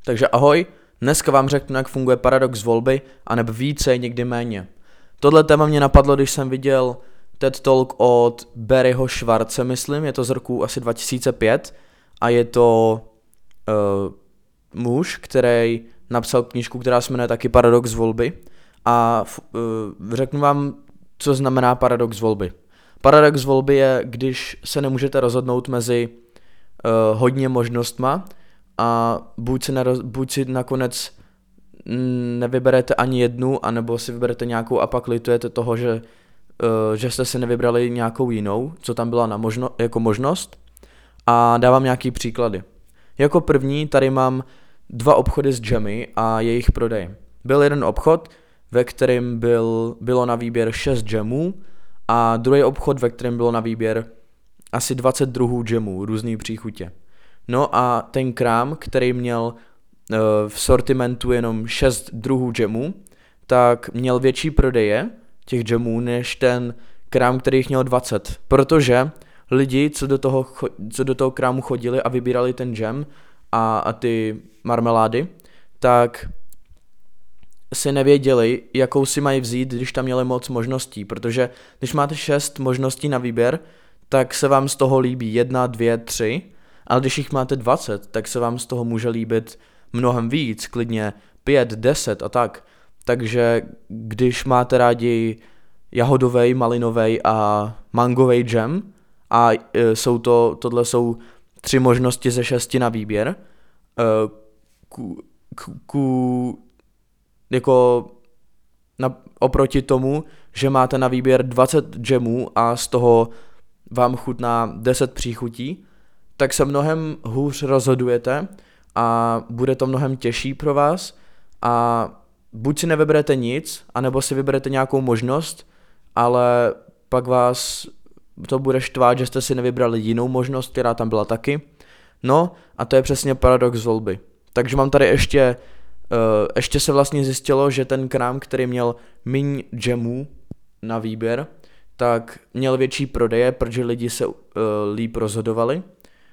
Takže ahoj, dneska vám řeknu, jak funguje paradox volby, anebo více, někdy méně. Tohle téma mě napadlo, když jsem viděl TED Talk od Barryho Schwartze, myslím, je to z roku asi 2005 a je to muž, který napsal knížku, která se jmenuje taky Paradox volby a řeknu vám, co znamená paradox volby. Paradox volby je, když se nemůžete rozhodnout mezi hodně možnostma a buď si nakonec nevyberete ani jednu, anebo si vyberete nějakou a pak litujete toho, že jste si nevybrali nějakou jinou, co tam byla jako možnost. A dávám nějaký příklady. Jako první tady mám 2 obchody s džemy a jejich prodej. Byl jeden obchod, ve kterém bylo na výběr 6 džemů a druhý obchod, ve kterém bylo na výběr asi 20 druhů džemů, různý příchutě. No a ten krám, který měl v sortimentu jenom 6 druhů džemů, tak měl větší prodeje těch džemů než ten krám, který jich měl 20. Protože lidi, co do toho krámu chodili a vybírali ten džem a ty marmelády, tak si nevěděli, jakou si mají vzít, když tam měli moc možností. Protože když máte 6 možností na výběr, tak se vám z toho líbí 1, 2, 3, ale když jich máte 20, tak se vám z toho může líbit mnohem víc, klidně 5, 10 a tak. Takže když máte rádi jahodovej, malinovej a mangovej džem a tohle jsou 3 možnosti ze 6 na výběr, oproti tomu, že máte na výběr 20 džemů a z toho vám chutná 10 příchutí, tak se mnohem hůř rozhodujete a bude to mnohem těžší pro vás a buď si nevyberete nic, anebo si vyberete nějakou možnost, ale pak vás to bude štvát, že jste si nevybrali jinou možnost, která tam byla taky. No a to je přesně paradox volby. Takže mám tady ještě se vlastně zjistilo, že ten krám, který měl míň džemů na výběr, tak měl větší prodeje, protože lidi se líp rozhodovali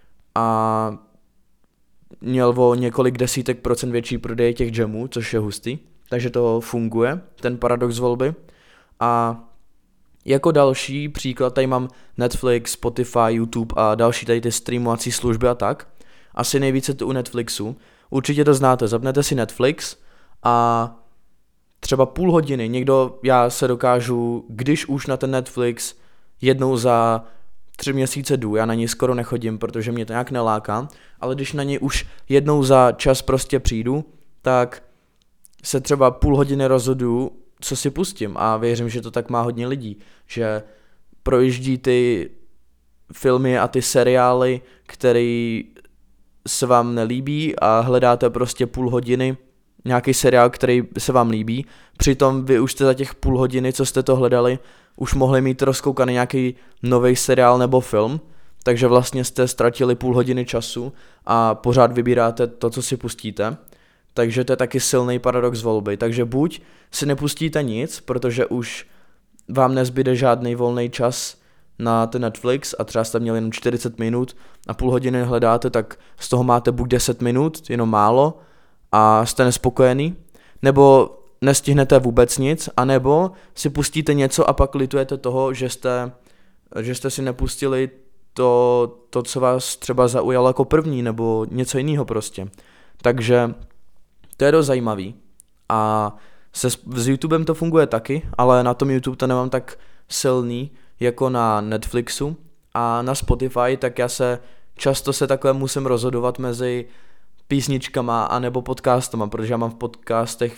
a měl o několik desítek procent větší prodeje těch džemů, což je hustý. Takže to funguje, ten paradox volby. A jako další příklad tady mám Netflix, Spotify, YouTube a další tady ty streamovací služby a tak. Asi nejvíce to u Netflixu. Určitě to znáte, zapnete si Netflix a třeba půl hodiny, já se dokážu, když už na ten Netflix jednou za 3 měsíce jdu, já na něj skoro nechodím, protože mě to nějak neláká, ale když na něj už jednou za čas prostě přijdu, tak se třeba půl hodiny rozhoduju, co si pustím a věřím, že to tak má hodně lidí, že projíždí ty filmy a ty seriály, které se vám nelíbí a hledáte prostě půl hodiny nějaký seriál, který se vám líbí. Přitom vy už jste za těch půl hodiny, co jste to hledali, už mohli mít rozkoukaný nějaký nový seriál nebo film, takže vlastně jste ztratili půl hodiny času a pořád vybíráte to, co si pustíte. Takže to je taky silný paradox volby. Takže buď si nepustíte nic, protože už vám nezbyde žádný volný čas na ten Netflix a třeba jste měli jenom 40 minut a půl hodiny hledáte, tak z toho máte buď 10 minut, jenom málo a jste nespokojený, nebo nestihnete vůbec nic, anebo si pustíte něco a pak litujete toho, že jste si nepustili to, co vás třeba zaujalo jako první, nebo něco jiného prostě. Takže to je dost zajímavý a s YouTubem to funguje taky, ale na tom YouTube to nemám tak silný jako na Netflixu a na Spotify, tak já často se takhle musím rozhodovat mezi písničkama anebo podcastama, protože já mám v podcastech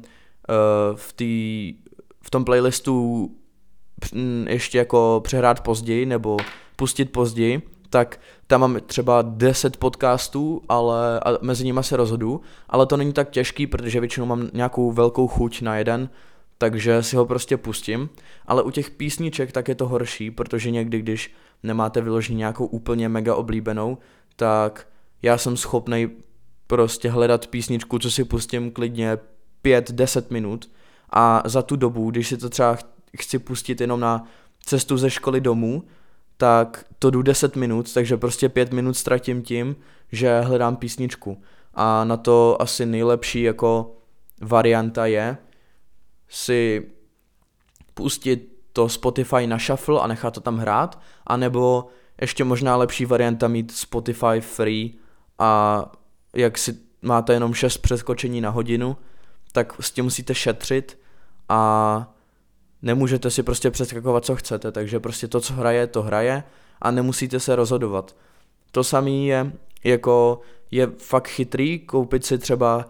v tom playlistu ještě jako přehrát později nebo pustit později, tak tam mám třeba 10 podcastů, ale a mezi nimi se rozhodu, ale to není tak těžký, protože většinou mám nějakou velkou chuť na jeden, takže si ho prostě pustím, ale u těch písniček tak je to horší, protože někdy, když nemáte vyloženě nějakou úplně mega oblíbenou, tak já jsem schopnej prostě hledat písničku, co si pustím klidně 5-10 minut a za tu dobu, když si to třeba chci pustit jenom na cestu ze školy domů, tak to jdu 10 minut, takže prostě 5 minut ztratím tím, že hledám písničku. a na to asi nejlepší jako varianta je si pustit to Spotify na shuffle a nechat to tam hrát, anebo ještě možná lepší varianta mít Spotify free a jak si máte jenom 6 přeskočení na hodinu, tak s tím musíte šetřit a nemůžete si prostě přeskakovat, co chcete, takže prostě to, co hraje, to hraje a nemusíte se rozhodovat. To samé je fakt chytrý koupit si třeba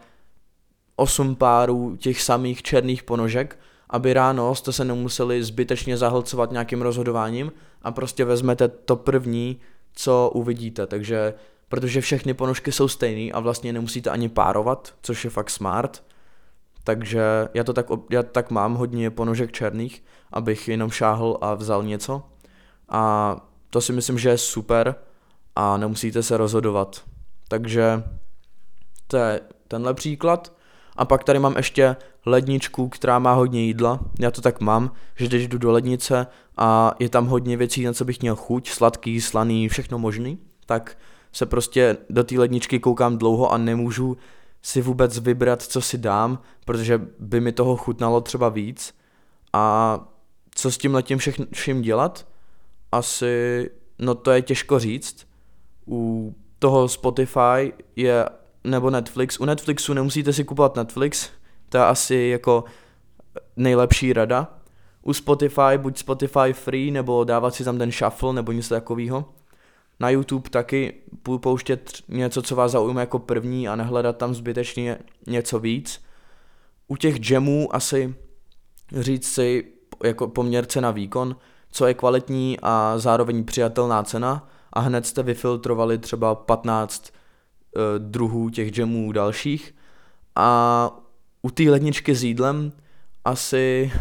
8 párů těch samých černých ponožek, aby ráno jste se nemuseli zbytečně zahlcovat nějakým rozhodováním a prostě vezmete to první, co uvidíte, takže protože všechny ponožky jsou stejný a vlastně nemusíte ani párovat, což je fakt smart, takže já tak mám hodně ponožek černých, abych jenom šáhl a vzal něco a to si myslím, že je super a nemusíte se rozhodovat, takže to je tenhle příklad. A pak tady mám ještě ledničku, která má hodně jídla. Já to tak mám, že když jdu do lednice a je tam hodně věcí, na co bych měl chuť, sladký, slaný, všechno možný, tak se prostě do té ledničky koukám dlouho a nemůžu si vůbec vybrat, co si dám, protože by mi toho chutnalo třeba víc. A co s tím letím vším dělat? Asi, no to je těžko říct. U toho Spotify je nebo Netflix. U Netflixu nemusíte si kupovat Netflix, to je asi jako nejlepší rada. U Spotify buď Spotify free, nebo dávat si tam ten shuffle, nebo něco takového. Na YouTube taky pouštět něco, co vás zaujme jako první a nehledat tam zbytečně něco víc. U těch jamů asi říct si jako poměr cena výkon, co je kvalitní a zároveň přijatelná cena a hned jste vyfiltrovali třeba 15 druhů těch jamů dalších a u té ledničky s jídlem asi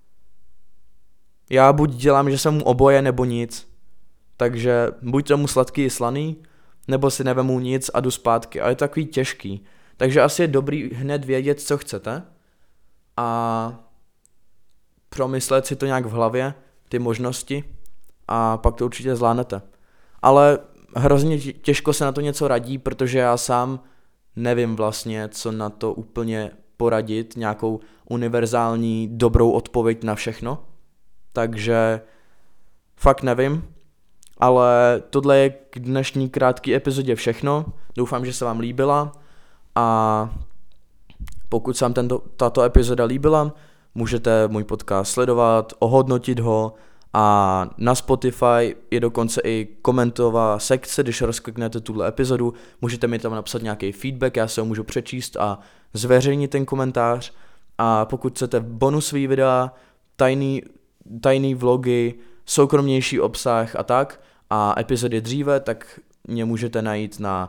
já buď dělám, že jsem mu oboje nebo nic, takže buď tomu sladký i slaný, nebo si nevemu nic a jdu zpátky a je to takový těžký, takže asi je dobrý hned vědět, co chcete a promyslet si to nějak v hlavě, ty možnosti a pak to určitě zvládnete, ale hrozně těžko se na to něco radí, protože já sám nevím vlastně, co na to úplně poradit, nějakou univerzální dobrou odpověď na všechno. Takže fakt nevím, ale tohle je k dnešní krátké epizodě všechno. Doufám, že se vám líbila a pokud se vám tato epizoda líbila, můžete můj podcast sledovat, ohodnotit ho a na Spotify je dokonce i komentová sekce, když rozkliknete tuhle epizodu, můžete mi tam napsat nějaký feedback, já se ho můžu přečíst a zveřejnit ten komentář a pokud chcete bonusový videa, tajný vlogy, soukromnější obsah a tak a epizody dříve, tak mě můžete najít na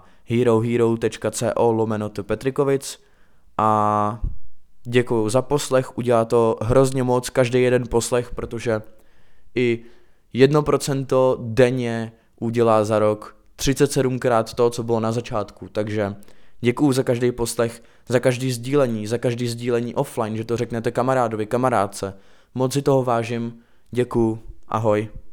herohero.co/Petrikovic a děkuju za poslech, udělá to hrozně moc, každý jeden poslech, protože i 1% denně udělá za rok 37krát to, co bylo na začátku, takže děkuju za každý poslech, za každý sdílení offline, že to řeknete kamarádovi, kamarádce, moc si toho vážím, děkuju, ahoj.